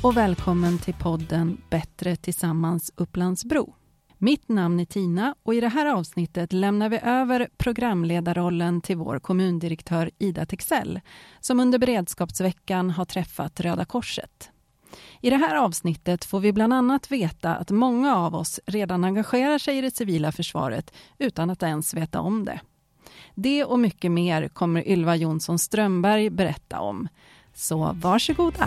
och välkommen till podden Bättre tillsammans Upplandsbro. Mitt namn är Tina och i det här avsnittet lämnar vi över programledarrollen till vår kommundirektör Ida Texell som under beredskapsveckan har träffat Röda Korset. I det här avsnittet får vi bland annat veta att många av oss redan engagerar sig i det civila försvaret utan att ens veta om det. Det och mycket mer kommer Ylva Jonsson Strömberg berätta om. Så varsågoda!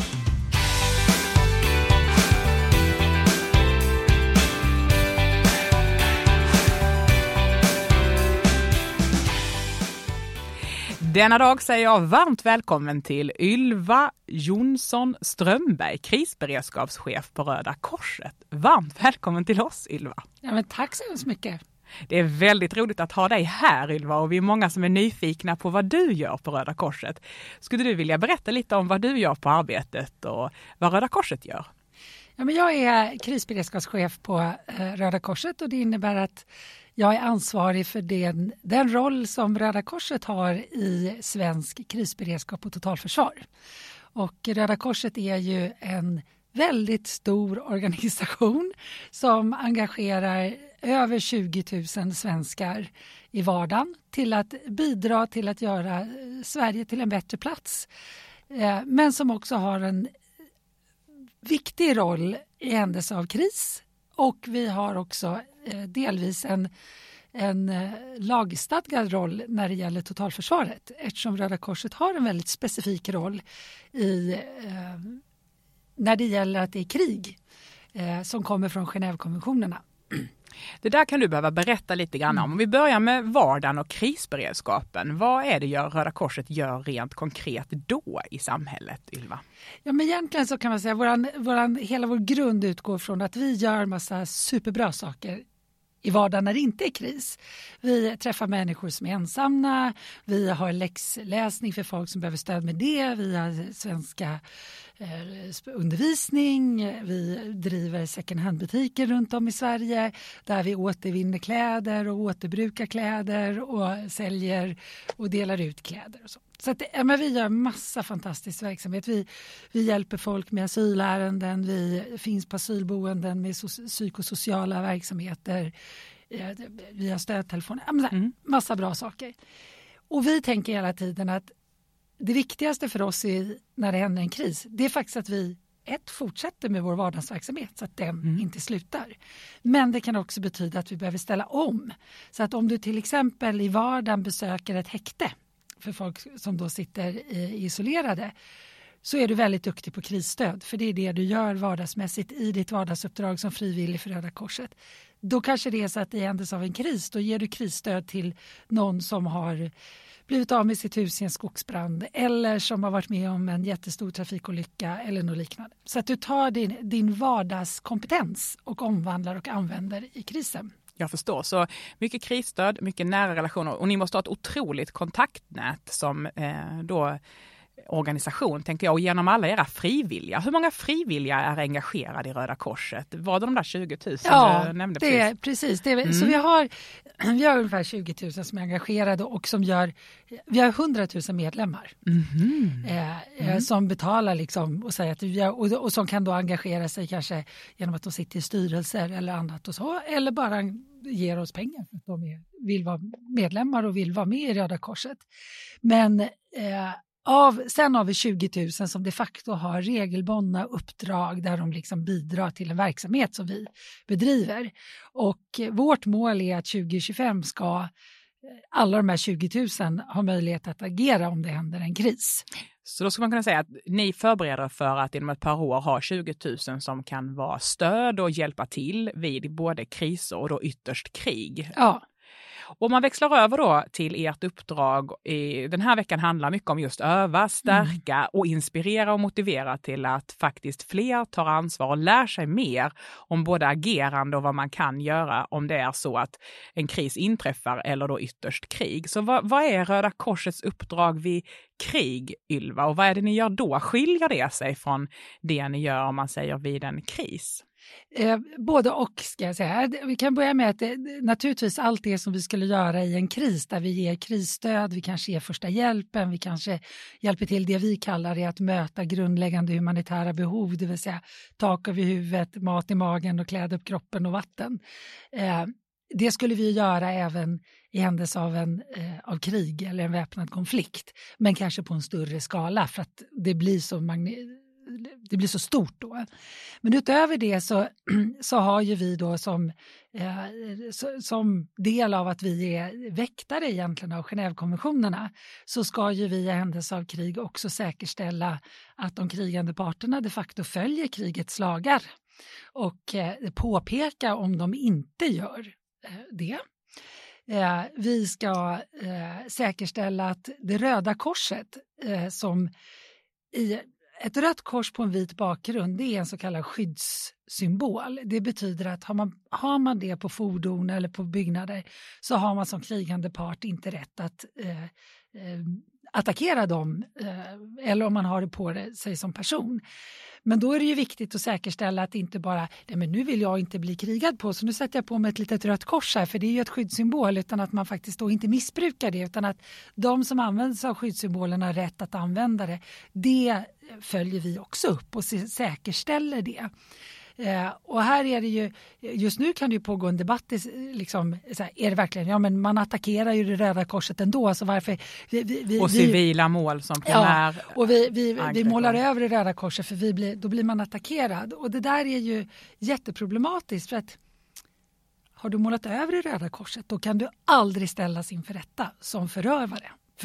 Denna dag säger jag varmt välkommen till Ylva Jonsson Strömberg, krisberedskapschef på Röda Korset. Varmt välkommen till oss, Ylva. Ja, men tack så hemskt mycket. Det är väldigt roligt att ha dig här, Ylva, och vi är många som är nyfikna på vad du gör på Röda Korset. Skulle du vilja berätta lite om vad du gör på arbetet och vad Röda Korset gör? Ja, men jag är krisberedskapschef på Röda Korset och det innebär att jag är ansvarig för den roll som Röda Korset har i svensk krisberedskap och totalförsvar. Och Röda Korset är ju en väldigt stor organisation som engagerar över 20 000 svenskar i vardagen till att bidra till att göra Sverige till en bättre plats. Men som också har en viktig roll i händelse av kris. Och vi har också delvis en lagstadgad roll när det gäller totalförsvaret. Eftersom Röda Korset har en väldigt specifik roll när det gäller att det är krig som kommer från Genèvekonventionerna. Det där kan du behöva berätta lite grann om. Om vi börjar med vardagen och krisberedskapen. Vad är det Röda Korset gör rent konkret då i samhället, Ylva? Ja, men egentligen så kan man säga att hela vår grund utgår från att vi gör massa superbra saker i vardagen när det inte är kris. Vi träffar människor som är ensamma, vi har läxläsning för folk som behöver stöd med det, vi har svenska undervisning, vi driver second hand-butiker runt om i Sverige där vi återvinner kläder och återbrukar kläder och säljer och delar ut kläder och så. Så att, men vi gör massa fantastisk verksamhet. Vi hjälper folk med asylärenden, vi finns på asylboenden med psykosociala verksamheter, vi har stödtelefoner, massa bra saker. Och vi tänker hela tiden att det viktigaste för oss när det händer en kris, det är faktiskt att vi fortsätter med vår vardagsverksamhet så att den inte slutar. Men det kan också betyda att vi behöver ställa om. Så att om du till exempel i vardagen besöker ett häkte för folk som då sitter isolerade, så är du väldigt duktig på krisstöd. För det är det du gör vardagsmässigt i ditt vardagsuppdrag som frivillig för Röda Korset. Då kanske det är så att i händelse av en kris, då ger du krisstöd till någon som har blivit av med sitt hus i en skogsbrand eller som har varit med om en jättestor trafikolycka eller något liknande. Så att du tar din vardagskompetens och omvandlar och använder i krisen. Jag förstår. Så mycket krisstöd, mycket nära relationer och ni måste ha ett otroligt kontaktnät som då organisation, tänker jag, och genom alla era frivilliga. Hur många frivilliga är engagerade i Röda Korset? Var det de där 20 000 du nämnde precis? Precis. Så vi har ungefär 20 000 som är engagerade och vi har 100 000 medlemmar som betalar liksom och säger att och som kan då engagera sig kanske genom att de sitter i styrelser eller annat och så, eller bara ger oss pengar för att de vill vara medlemmar och vill vara med i Röda Korset. Men sen har vi 20 000 som de facto har regelbundna uppdrag där de liksom bidrar till en verksamhet som vi bedriver. Och vårt mål är att 2025 ska alla de här 20 000 ha möjlighet att agera om det händer en kris. Så då ska man kunna säga att ni förbereder för att inom ett par år ha 20 000 som kan vara stöd och hjälpa till vid både kriser och då ytterst krig. Ja. Och om man växlar över då till ert uppdrag, den här veckan handlar mycket om just öva, stärka och inspirera och motivera till att faktiskt fler tar ansvar och lär sig mer om både agerande och vad man kan göra om det är så att en kris inträffar eller då ytterst krig. Så vad är Röda Korsets uppdrag vid krig, Ylva? Och vad är det ni gör då? Skiljer det sig från det ni gör om man säger vid en kris? Både och ska jag säga. Vi kan börja med att naturligtvis allt det som vi skulle göra i en kris där vi ger krisstöd, vi kanske ger första hjälpen, vi kanske hjälper till det vi kallar det att möta grundläggande humanitära behov, det vill säga tak över huvudet, mat i magen och kläda upp kroppen och vatten. Det skulle vi göra även i händelse av krig eller en väpnad konflikt, men kanske på en större skala för att det blir så stort då. Men utöver det så har ju vi då som del av att vi är väktare egentligen av Genèvekonventionerna, så ska ju vi i händelse av krig också säkerställa att de krigande parterna de facto följer krigets lagar och påpeka om de inte gör det. Vi ska säkerställa att det Röda korset som i ett rött kors på en vit bakgrund, det är en så kallad skyddssymbol. Det betyder att har man det på fordon eller på byggnader så har man som krigande part inte rätt att attackera dem eller om man har det på sig som person. Men då är det ju viktigt att säkerställa att inte bara, men nu vill jag inte bli krigad på så nu sätter jag på mig ett litet rött kors här för det är ju ett skyddssymbol, utan att man faktiskt då inte missbrukar det, utan att de som använder sig av skyddssymbolerna har rätt att använda det. Det följer vi också upp och säkerställer det. Och här är det ju, just nu kan det ju pågå en debatt liksom, så här, är det verkligen, men man attackerar ju det Röda korset ändå, så varför och civila mål som primär. Ja, och vi målar över det Röda korset för då blir man attackerad, och det där är ju jätteproblematiskt, för att har du målat över det Röda korset då kan du aldrig ställas inför rätta som förövare. För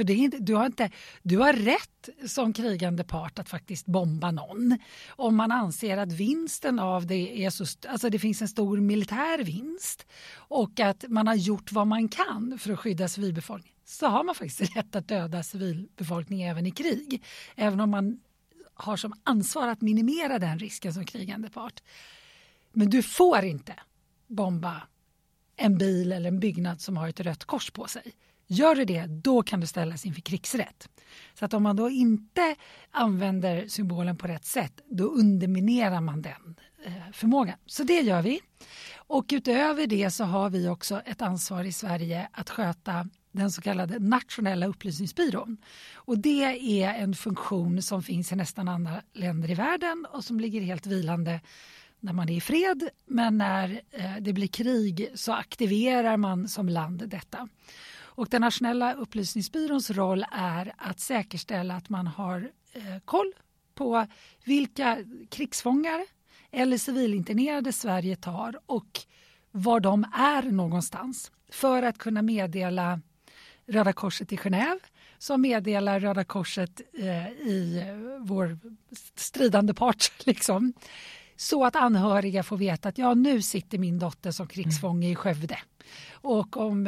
du har rätt som krigande part att faktiskt bomba någon om man anser att vinsten av det är alltså det finns en stor militär vinst och att man har gjort vad man kan för att skydda civilbefolkningen, så har man faktiskt rätt att döda civilbefolkning även i krig, även om man har som ansvar att minimera den risken som krigande part. Men du får inte bomba en bil eller en byggnad som har ett rött kors på sig. Gör du det, då kan du ställas inför krigsrätt. Så att om man då inte använder symbolen på rätt sätt, då underminerar man den förmågan. Så det gör vi. Och utöver det så har vi också ett ansvar i Sverige att sköta den så kallade nationella upplysningsbyrån. Och det är en funktion som finns i nästan alla länder i världen och som ligger helt vilande när man är i fred, men när det blir krig så aktiverar man som land detta. Och den nationella upplysningsbyråns roll är att säkerställa att man har koll på vilka krigsfångar eller civilinternerade Sverige tar och var de är någonstans, för att kunna meddela Röda korset i Genève, som meddelar Röda korset i vår stridande part liksom. Så att anhöriga får veta att nu sitter min dotter som krigsfånge i Skövde. Och om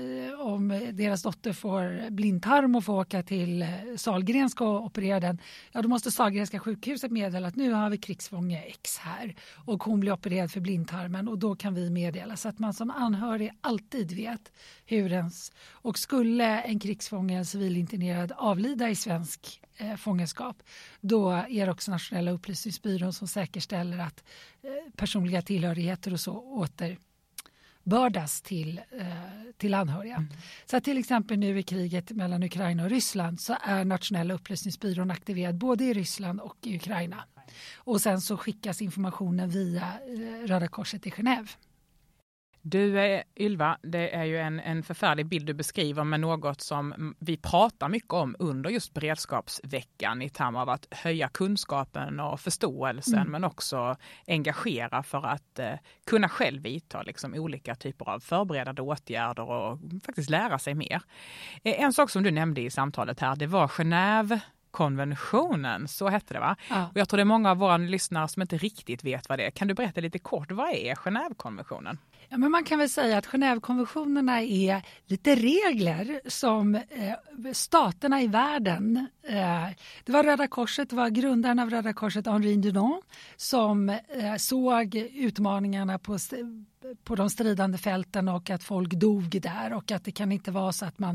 deras dotter får blindtarm och får åka till Sahlgrenska och operera den, då måste Sahlgrenska sjukhuset meddela att nu har vi krigsfånge X här och hon blir opererad för blindtarmen, och då kan vi meddela, så att man som anhörig alltid vet hur ens, och skulle en krigsfånge, en civilinternerad, avlida i svensk fångenskap, då är det också nationella upplysningsbyrån som säkerställer att personliga tillhörigheter och så återbördas till anhöriga. Så att till exempel nu i kriget mellan Ukraina och Ryssland så är nationella upplysningsbyrån aktiverad både i Ryssland och i Ukraina. Och sen så skickas informationen via Röda korset i Genève. Du Ylva, det är ju en förfärlig bild du beskriver med något som vi pratar mycket om under just beredskapsveckan i termer av att höja kunskapen och förståelsen, men också engagera för att kunna själv vidta liksom olika typer av förberedande åtgärder och faktiskt lära sig mer. En sak som du nämnde i samtalet här, det var Genèvekonventionen, så hette det va? Ja. Och jag tror det är många av våra lyssnare som inte riktigt vet vad det är. Kan du berätta lite kort, vad är Genèvekonventionen? Ja, men man kan väl säga att Genèvekonventionerna är lite regler som staterna i världen, det var Röda korset, det var grundaren av Röda korset Henri Dunant som såg utmaningarna på de stridande fälten och att folk dog där, och att det kan inte vara så att man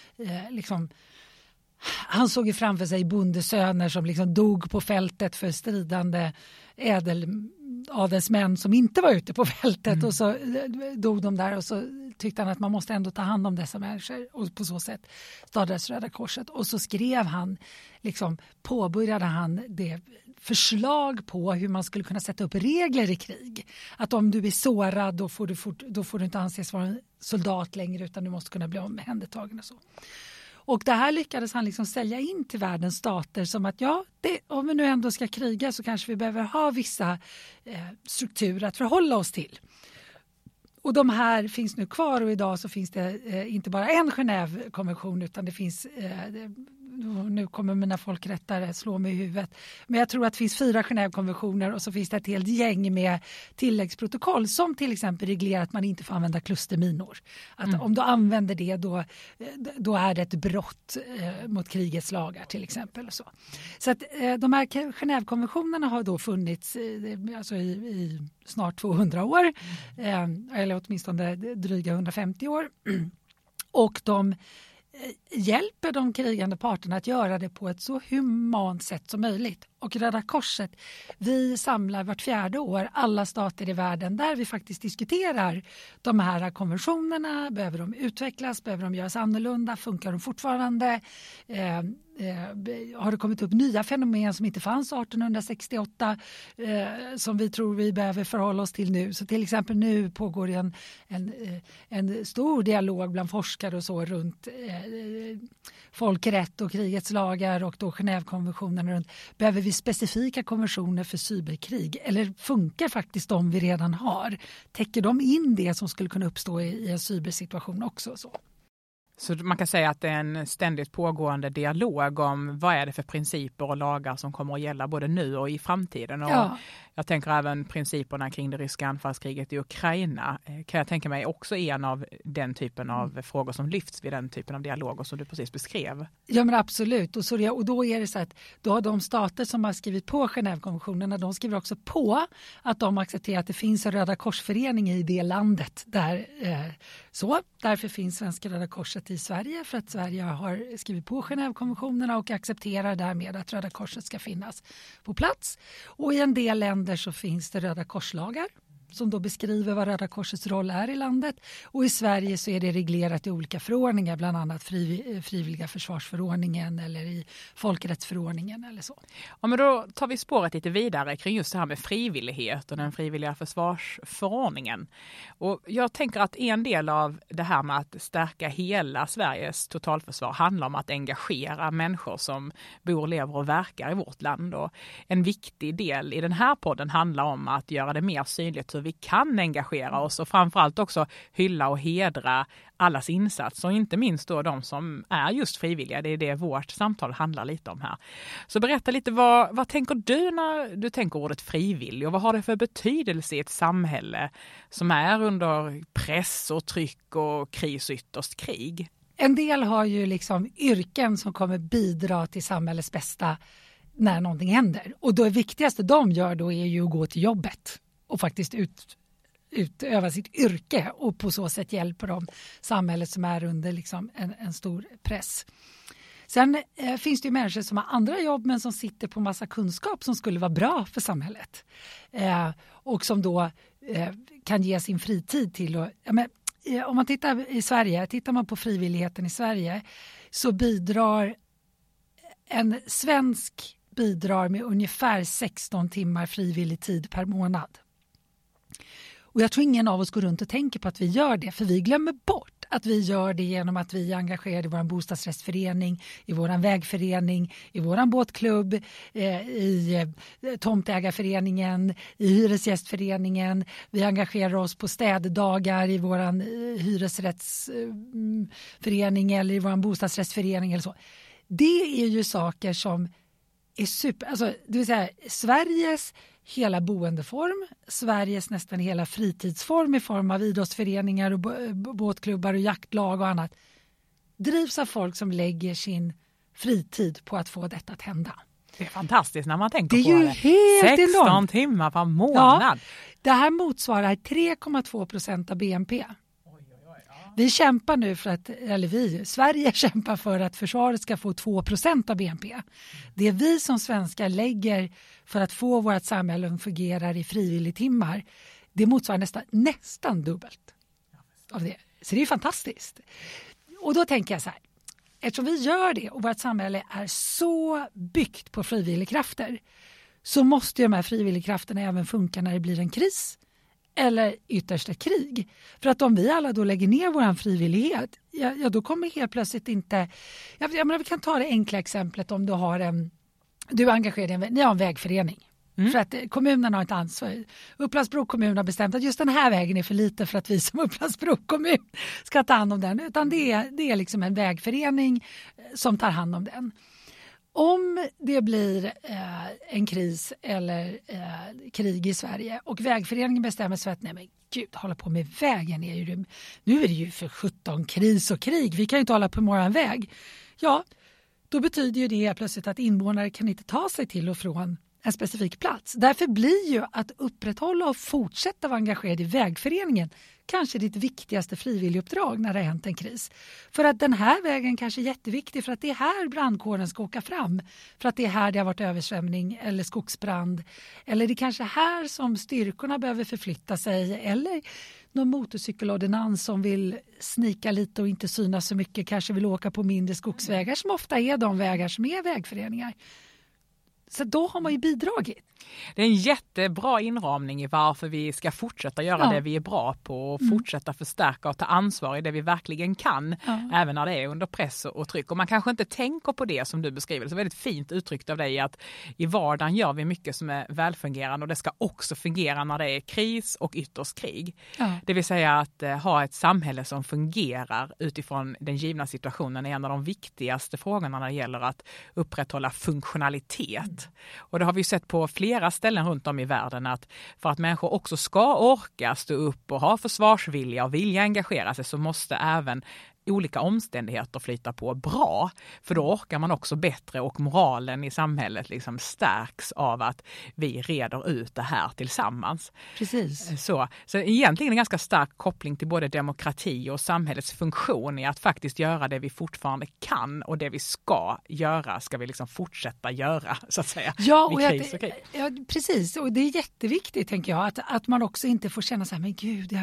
han såg ju framför sig bondesöner som liksom dog på fältet för stridande adelsmän som inte var ute på fältet och så dog de där och så tyckte han att man måste ändå ta hand om dessa människor och på så sätt startades Röda Korset. Och så skrev han, påbörjade han det förslag på hur man skulle kunna sätta upp regler i krig. Att om du är sårad då får du inte anses vara en soldat längre utan du måste kunna bli omhändertagen och så. Och det här lyckades han sälja in till världens stater som att om vi nu ändå ska kriga så kanske vi behöver ha vissa strukturer att förhålla oss till. Och de här finns nu kvar och idag så finns det inte bara en Genèvekonvention utan det finns, nu kommer mina folkrättare slå mig i huvudet, men jag tror att det finns 4 Genèvekonventioner och så finns det ett helt gäng med tilläggsprotokoll som till exempel reglerar att man inte får använda klusterminor. Att om du använder det då är det ett brott mot krigets lagar till exempel. Så att de här Genèvekonventionerna har då funnits i snart 200 år eller åtminstone dryga 150 år och de hjälper de krigande parterna att göra det på ett så humant sätt som möjligt. Och Röda Korset, vi samlar vart 4:e år alla stater i världen där vi faktiskt diskuterar de här konventionerna. Behöver de utvecklas? Behöver de göras annorlunda? Funkar de fortfarande? Har det kommit upp nya fenomen som inte fanns 1868 som vi tror vi behöver förhålla oss till nu? Så till exempel nu pågår en stor dialog bland forskare och så runt folkrätt och krigets lagar och då Genèvekonventionen runt. Behöver vi specifika konventioner för cyberkrig eller funkar faktiskt de vi redan har? Täcker de in det som skulle kunna uppstå i en cybersituation också? Så man kan säga att det är en ständigt pågående dialog om vad är det för principer och lagar som kommer att gälla både nu och i framtiden. Och jag tänker även principerna kring det ryska anfallskriget i Ukraina kan jag tänka mig också en av den typen av frågor som lyfts vid den typen av dialoger som du precis beskrev. Ja men absolut. Och då är det så att då har de stater som har skrivit på Genèvekonventionerna, de skriver också på att de accepterar att det finns en Röda korsförening i det landet där därför finns Svenska Röda Korset i Sverige för att Sverige har skrivit på Genèvekonventionerna och accepterar därmed att Röda Korset ska finnas på plats. Och i en del länder så finns det Röda korslagar som då beskriver vad Röda Korsets roll är i landet. Och i Sverige så är det reglerat i olika förordningar, bland annat frivilliga försvarsförordningen eller i folkrättsförordningen eller så. Ja, men då tar vi spåret lite vidare kring just det här med frivillighet och den frivilliga försvarsförordningen. Och jag tänker att en del av det här med att stärka hela Sveriges totalförsvar handlar om att engagera människor som bor, lever och verkar i vårt land. Och en viktig del i den här podden handlar om att göra det mer synligt hur vi kan engagera oss och framförallt också hylla och hedra allas insatser och inte minst då de som är just frivilliga. Det är det vårt samtal handlar lite om här. Så berätta lite, vad tänker du när du tänker ordet frivillig och vad har det för betydelse i ett samhälle som är under press och tryck och kris och ytterst krig? En del har ju yrken som kommer bidra till samhällets bästa när någonting händer. Och det viktigaste de gör då är ju att gå till jobbet och faktiskt utöva sitt yrke och på så sätt hjälper de samhället som är under en stor press. Sen finns det ju människor som har andra jobb men som sitter på massa kunskap som skulle vara bra för samhället. Och som då kan ge sin fritid till om man tittar man på frivilligheten i Sverige så bidrar en svensk med ungefär 16 timmar frivillig tid per månad. Och jag tror ingen av oss går runt och tänker på att vi gör det, för vi glömmer bort att vi gör det genom att vi är engagerade i vår bostadsrättsförening, i vår vägförening, i vår båtklubb, i tomtägarföreningen, i hyresgästföreningen. Vi engagerar oss på städdagar i vår hyresrättsförening eller i vår bostadsrättsförening eller så. Det är ju saker som är det vill säga Sveriges hela boendeform, Sveriges nästan hela fritidsform i form av idrottsföreningar och båtklubbar och jaktlag och annat drivs av folk som lägger sin fritid på att få detta att hända. Det är fantastiskt när man tänker på det. Det är ju helt 16 enormt. Timmar per månad. Ja, det här motsvarar 3,2% av BNP. Vi kämpar nu Sverige kämpar för att försvaret ska få 2% av BNP. Det vi som svenskar lägger för att få vårt samhälle att fungera i frivilligtimmar, det motsvarar nästan dubbelt av det. Så det är fantastiskt. Och då tänker jag så här, eftersom vi gör det och vårt samhälle är så byggt på frivilligkrafter, så måste de här frivilligkrafterna även funka när det blir en kris eller ytterst ett krig. För att om vi alla då lägger ner vår frivillighet, då kommer helt plötsligt inte... vi kan ta det enkla exemplet om du är engagerad ni har en vägförening. För att kommunen har ett ansvar. Upplands-Bro kommun har bestämt att just den här vägen är för lite för att vi som Upplands-Bro kommun ska ta hand om den. Utan det är liksom en vägförening som tar hand om den. Om det blir en kris eller krig i Sverige och vägföreningen bestämmer sig för att hålla på med vägen nu är det ju för 17 kris och krig. Vi kan ju inte hålla på med vår väg. Ja, då betyder ju det plötsligt att invånare kan inte ta sig till och från en specifik plats. Därför blir ju att upprätthålla och fortsätta vara engagerad i vägföreningen kanske ditt viktigaste frivilliguppdrag när det har hänt en kris. För att den här vägen kanske är jätteviktig för att det är här brandkåren ska åka fram. För att det är här det har varit översvämning eller skogsbrand. Eller det kanske är här som styrkorna behöver förflytta sig. Eller någon motorcykelordinans som vill snika lite och inte synas så mycket. Kanske vill åka på mindre skogsvägar som ofta är de vägar som är vägföreningar. Så då har man ju bidragit. Det är en jättebra inramning i varför vi ska fortsätta göra det vi är bra på och fortsätta förstärka och ta ansvar i det vi verkligen kan, även när det är under press och tryck. Och man kanske inte tänker på det som du beskriver. Så väldigt fint uttryckt av dig att i vardagen gör vi mycket som är välfungerande och det ska också fungera när det är kris och ytterst krig. Ja. Det vill säga att ha ett samhälle som fungerar utifrån den givna situationen är en av de viktigaste frågorna när det gäller att upprätthålla funktionalitet. Och det har vi sett på flera ställen runt om i världen att för att människor också ska orka stå upp och ha försvarsvilja och vilja engagera sig så måste även olika omständigheter flyta på bra. För då orkar man också bättre och moralen i samhället liksom stärks av att vi reder ut det här tillsammans. Precis. Så egentligen en ganska stark koppling till både demokrati och samhällets funktion i att faktiskt göra det vi fortfarande kan och det vi ska göra ska vi liksom fortsätta göra så att säga. Ja, precis. Och det är jätteviktigt tänker jag att man också inte får känna så här, men gud,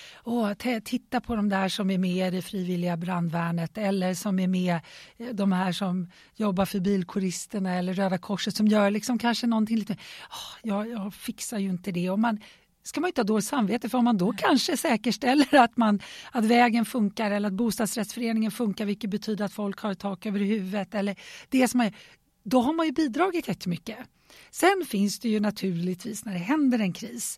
titta på de där som är med i det frivilliga brandvärnet eller som är med de här som jobbar för bilkåristerna eller Röda Korset som gör liksom kanske någonting lite, jag fixar ju inte det och ska man inte ha dåligt samvete för om man då kanske säkerställer att vägen funkar eller att bostadsrättsföreningen funkar vilket betyder att folk har tak över huvudet eller det som då har man ju bidragit jättemycket. Sen finns det ju naturligtvis när det händer en kris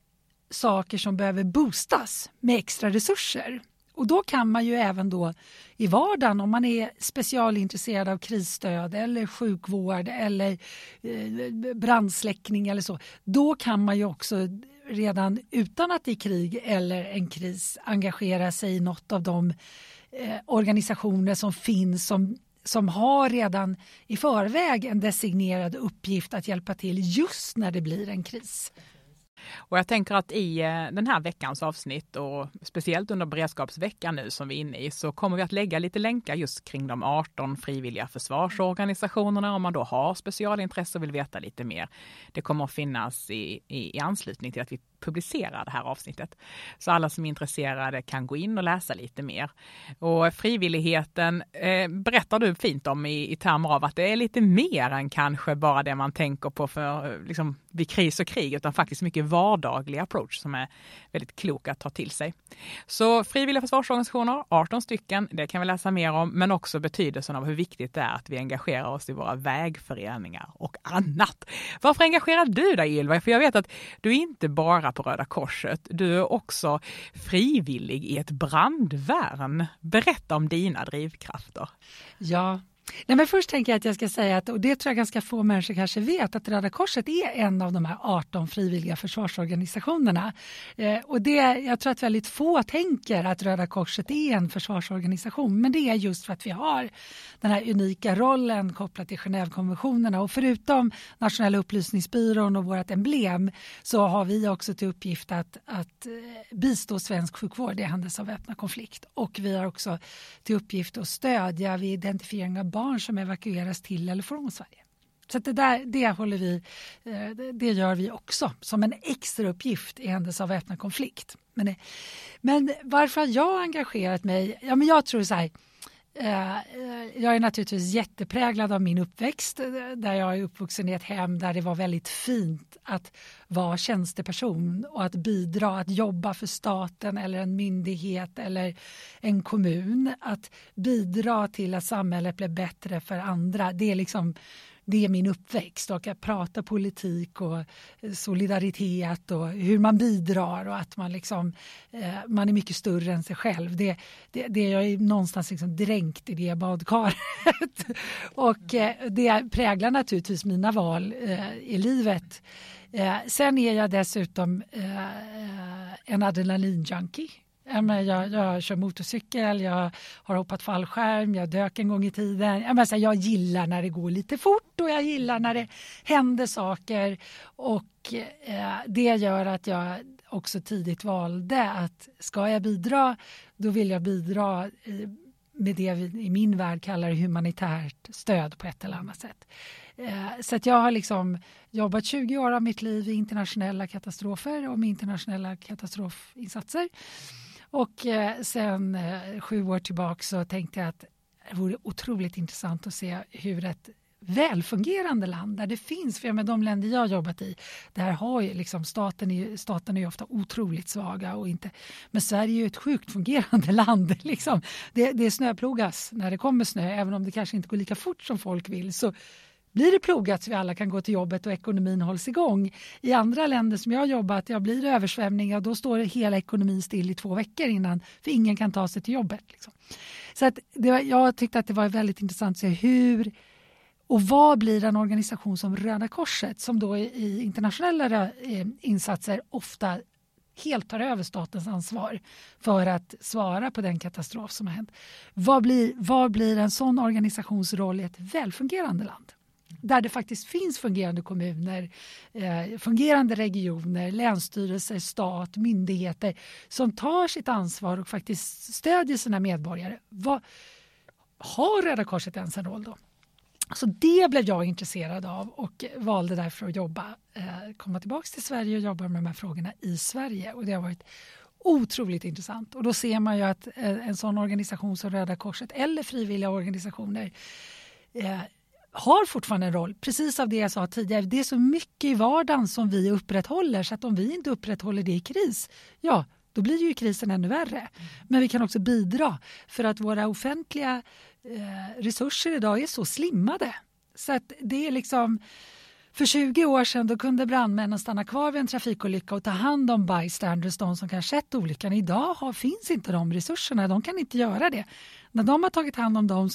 saker som behöver boostas med extra resurser. Och då kan man ju även då i vardagen om man är specialintresserad av krisstöd eller sjukvård eller brandsläckning eller så. Då kan man ju också redan utan att det är krig eller en kris engagera sig i något av de organisationer som finns som har redan i förväg en designerad uppgift att hjälpa till just när det blir en kris. Och jag tänker att i den här veckans avsnitt och speciellt under beredskapsveckan nu som vi är inne i så kommer vi att lägga lite länkar just kring de 18 frivilliga försvarsorganisationerna om man då har specialintresse och vill veta lite mer. Det kommer att finnas i anslutning till att vi publicerar det här avsnittet. Så alla som är intresserade kan gå in och läsa lite mer. Och frivilligheten berättar du fint om i termer av att det är lite mer än kanske bara det man tänker på för, liksom, vid kris och krig utan faktiskt mycket vardaglig approach som är väldigt klok att ta till sig. Så frivilliga försvarsorganisationer, 18 stycken, det kan vi läsa mer om men också betydelsen av hur viktigt det är att vi engagerar oss i våra vägföreningar och annat. Varför engagerar du dig Ylva? För jag vet att du är inte bara på Röda Korset. Du är också frivillig i ett brandvärn. Berätta om dina drivkrafter. Ja, Nej, men först tänker jag att jag ska säga att, och det tror jag ganska få människor kanske vet, att Röda Korset är en av de här 18 frivilliga försvarsorganisationerna. Och jag tror att väldigt få tänker att Röda Korset är en försvarsorganisation, men det är just för att vi har den här unika rollen kopplat till Genèvekonventionerna. Och förutom Nationella upplysningsbyrån och vårt emblem så har vi också till uppgift att bistå svensk sjukvård i händelse av väpnad konflikt. Och vi har också till uppgift att stödja vid identifiering av barn som evakueras till eller från Sverige. Så att det gör vi också som en extra uppgift i händelse av väpnad konflikt. Men varför har jag engagerat mig? Ja, men jag tror så här. Jag är naturligtvis jättepräglad av min uppväxt där jag är uppvuxen i ett hem där det var väldigt fint att vara tjänsteperson och att bidra, att jobba för staten eller en myndighet eller en kommun. Att bidra till att samhället blir bättre för andra. Det är min uppväxt, och att prata politik och solidaritet och hur man bidrar och att man man är mycket större än sig själv. Det jag är någonstans dränkt i det badkaret. Och det präglar naturligtvis mina val i livet. Sen är jag dessutom en adrenalinjunkie. Jag kör motorcykel, jag har hoppat fallskärm, jag dök en gång i tiden. Jag gillar när det går lite fort och jag gillar när det händer saker. Och det gör att jag också tidigt valde att ska jag bidra, då vill jag bidra med det vi i min värld kallar humanitärt stöd på ett eller annat sätt. Så att jag har jobbat 20 år av mitt liv i internationella katastrofer och med internationella katastrofinsatser. Och sen 7 år tillbaka så tänkte jag att det vore otroligt intressant att se hur ett välfungerande land där det finns, för med de länder jag har jobbat i, där har ju staten är ju ofta otroligt svaga och inte, men Sverige är ju ett sjukt fungerande land. Det snöplogas när det kommer snö, även om det kanske inte går lika fort som folk vill, så blir det plogat så vi alla kan gå till jobbet och ekonomin hålls igång. I andra länder som jag har jobbat, blir det översvämning, då står hela ekonomin still i 2 veckor innan, för ingen kan ta sig till jobbet. Så att jag tyckte att det var väldigt intressant att se hur och vad blir en organisation som Röda Korset, som då i internationella insatser ofta helt tar över statens ansvar för att svara på den katastrof som har hänt. Vad blir en sån organisationsroll i ett välfungerande land? Där det faktiskt finns fungerande kommuner, fungerande regioner, länsstyrelser, stat, myndigheter som tar sitt ansvar och faktiskt stödjer sina medborgare. Har Röda Korset ens en roll då? Så det blev jag intresserad av och valde därför att komma tillbaka till Sverige och jobba med de här frågorna i Sverige. Och det har varit otroligt intressant. Och då ser man ju att en sån organisation som Röda Korset eller frivilliga organisationer har fortfarande en roll, precis av det jag sa tidigare. Det är så mycket i vardagen som vi upprätthåller, så att om vi inte upprätthåller det i kris, då blir ju krisen ännu värre. Men vi kan också bidra, för att våra offentliga resurser idag är så slimmade. Så att det är för 20 år sedan då kunde brandmännen stanna kvar vid en trafikolycka och ta hand om bystanders, de som kan sett olyckan. Idag finns inte de resurserna, de kan inte göra det. När de har tagit hand om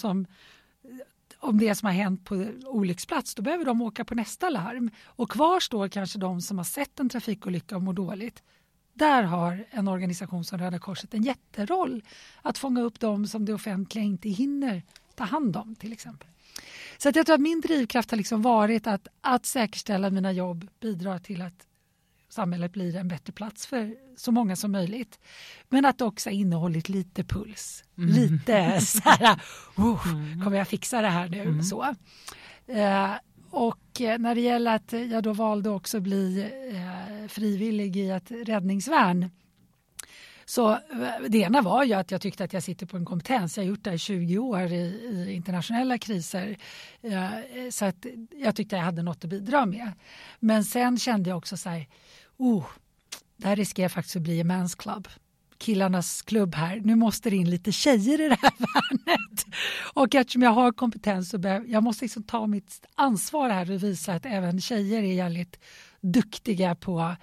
om det som har hänt på olycksplats, då behöver de åka på nästa larm. Och kvar står kanske de som har sett en trafikolycka och mår dåligt. Där har en organisation som Röda Korset en jätteroll att fånga upp dem som det offentliga inte hinner ta hand om, till exempel. Så att jag tror att min drivkraft har varit att säkerställa att mina jobb bidrar till att samhället blir en bättre plats för så många som möjligt. Men att det också innehållit lite puls. Lite så här, kommer jag fixa det här nu? Så. Och när det gäller att jag då valde också att bli frivillig i ett räddningsvärn. Så det ena var ju att jag tyckte att jag sitter på en kompetens. Jag har gjort det i 20 år i internationella kriser. Så att jag tyckte jag hade något att bidra med. Men sen kände jag också så här, det här riskerar faktiskt att bli en men's club. Killarnas klubb här. Nu måste det in lite tjejer i det här värnet. Och eftersom jag har kompetens så jag måste ta mitt ansvar här och visa att även tjejer är jävligt duktiga på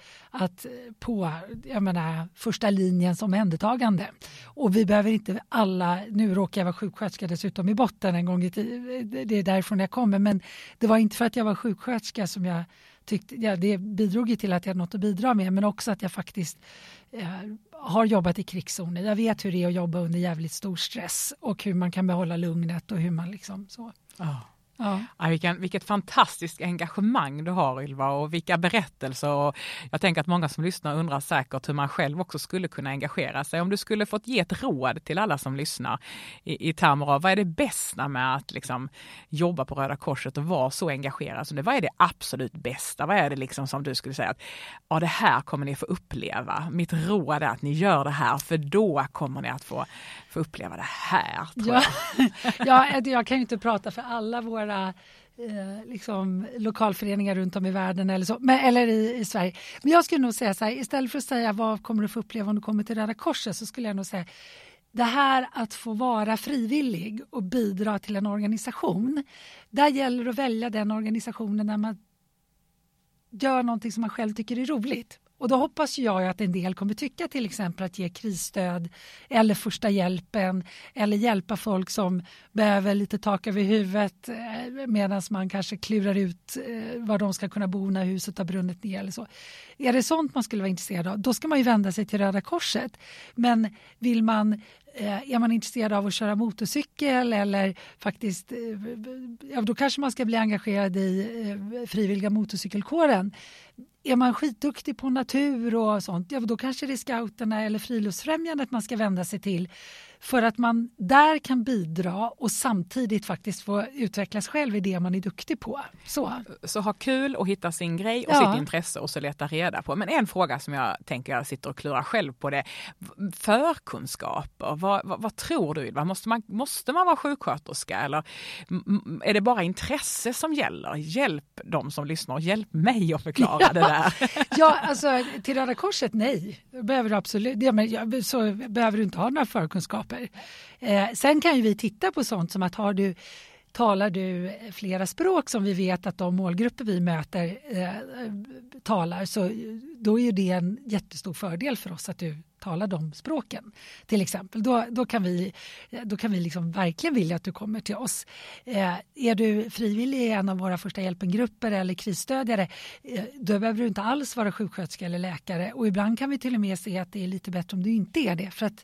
första linjens omhändertagande. Och vi behöver inte alla, nu råkar jag vara sjuksköterska dessutom i botten en gång i tiden, det är därifrån jag kommer, men det var inte för att jag var sjuksköterska som jag tyckte, det bidrog ju till att jag hade något att bidra med, men också att jag faktiskt har jobbat i krigszoner. Jag vet hur det är att jobba under jävligt stor stress och hur man kan behålla lugnet och hur man liksom så. Ja. Ja. Vilket fantastiskt engagemang du har, Ylva, och vilka berättelser. Och jag tänker att många som lyssnar undrar säkert hur man själv också skulle kunna engagera sig. Om du skulle fått ge ett råd till alla som lyssnar i termer av vad är det bästa med att liksom jobba på Röda Korset och vara så engagerad som det? Vad är det absolut bästa? Vad är det liksom som du skulle säga att det här kommer ni få uppleva. Mitt råd är att ni gör det här, för då kommer ni att få uppleva det här, tror jag. Jag kan ju inte prata för alla våra lokalföreningar runt om i världen eller så, eller i Sverige. Men jag skulle nog säga så här, istället för att säga vad kommer du få uppleva om du kommer till Röda Korset, så skulle jag nog säga det här att få vara frivillig och bidra till en organisation. Där gäller det att välja den organisationen när man gör någonting som man själv tycker är roligt. Och då hoppas jag att en del kommer tycka till exempel att ge krisstöd eller första hjälpen eller hjälpa folk som behöver lite tak över huvudet medan man kanske klurar ut var de ska kunna bo när huset har brunnit ner eller så. Är det sånt man skulle vara intresserad av, då ska man ju vända sig till Röda Korset. Men är man intresserad av att köra motorcykel eller faktiskt, då kanske man ska bli engagerad i frivilliga motorcykelkåren. Är man skitduktig på natur och sånt, då kanske det är scouterna eller friluftsfrämjandet man ska vända sig till, för att man där kan bidra och samtidigt faktiskt få utvecklas själv i det man är duktig på. Så ha kul och hitta sin grej och sitt intresse och så leta reda på. Men en fråga som jag tänker jag sitter och klurar själv på det. Förkunskaper, vad tror du? Måste man vara sjuksköterska eller är det bara intresse som gäller? Hjälp de som lyssnar, hjälp mig att förklara det där. Alltså till Röda Korset, nej. Behöver du absolut, så behöver du inte ha några förkunskaper. Sen kan ju vi titta på sånt som att talar du flera språk som vi vet att de målgrupper vi möter talar, så då är det en jättestor fördel för oss att du talar de språken till exempel. Då kan vi liksom verkligen vilja att du kommer till oss. Är du frivillig i en av våra första hjälpengrupper eller krisstödjare, då behöver du inte alls vara sjuksköterska eller läkare, och ibland kan vi till och med se att det är lite bättre om du inte är det, för att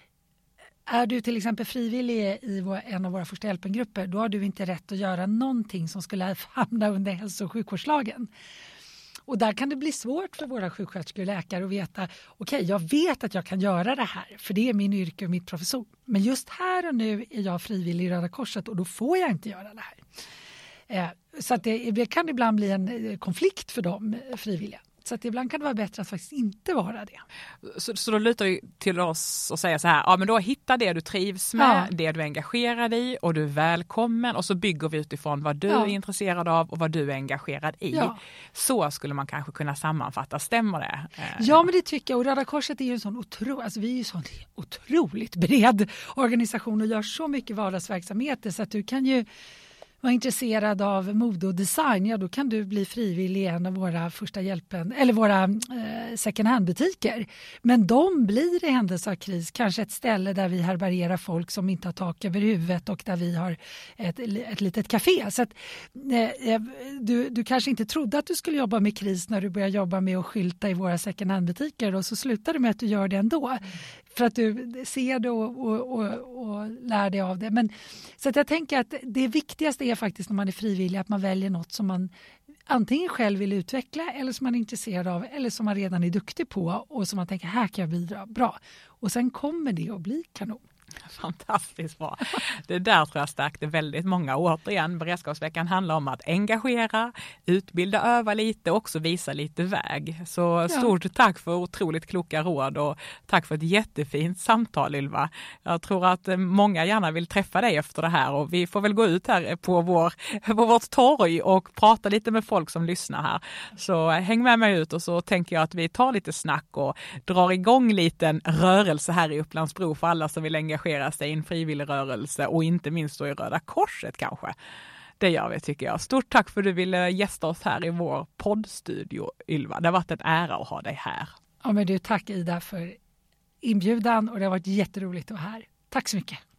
är du till exempel frivillig i en av våra första hjälpengrupper, då har du inte rätt att göra någonting som skulle hamna under hälso- och sjukvårdslagen. Och där kan det bli svårt för våra sjuksköterskor och läkare att veta, okej, jag vet att jag kan göra det här, för det är min yrke och mitt profession. Men just här och nu är jag frivillig i Röda Korset och då får jag inte göra det här. Så att det kan ibland bli en konflikt för dem frivilliga. Så att ibland kan det vara bättre att faktiskt inte vara det. Så då lutar vi till oss och säger så här, men då hittar det du trivs med, det du är engagerad i och du är välkommen, och så bygger vi utifrån vad du är intresserad av och vad du är engagerad i. Ja. Så skulle man kanske kunna sammanfatta, stämmer det? Ja, men det tycker jag. Och Röda Korset är ju en sån vi är ju en sån otroligt bred organisation och gör så mycket vardagsverksamheter, så att du kan ju var intresserad av mode och design, då kan du bli frivillig i en av våra första hjälpen eller våra second hand-butiker. Men de blir i händelse av kris kanske ett ställe där vi härbärgerar folk som inte har tak över huvudet och där vi har ett litet café. Så att, du kanske inte trodde att du skulle jobba med kris när du började jobba med att skylta i våra second hand-butiker, och så slutar det med att du gör det ändå. För att du ser det och lär dig av det. Men, så att jag tänker att det viktigaste är faktiskt när man är frivillig att man väljer något som man antingen själv vill utveckla eller som man är intresserad av eller som man redan är duktig på och som man tänker, här kan jag bidra bra. Och sen kommer det att bli kanon. Fantastiskt bra. Det där tror jag stärkte väldigt många. Återigen, beredskapsveckan handlar om att engagera, utbilda, öva lite och också visa lite väg. Så stort tack för otroligt kloka råd och tack för ett jättefint samtal, Ylva. Jag tror att många gärna vill träffa dig efter det här, och vi får väl gå ut här på vårt torg och prata lite med folk som lyssnar här. Så häng med mig ut, och så tänker jag att vi tar lite snack och drar igång liten rörelse här i Upplandsbro för alla som vill engagera sig i en frivillig rörelse och inte minst då i Röda Korset kanske. Det gör vi tycker jag. Stort tack för att du ville gästa oss här i vår poddstudio, Ylva. Det har varit en ära att ha dig här. Ja, men du, tack Ida för inbjudan och det har varit jätteroligt att vara här. Tack så mycket.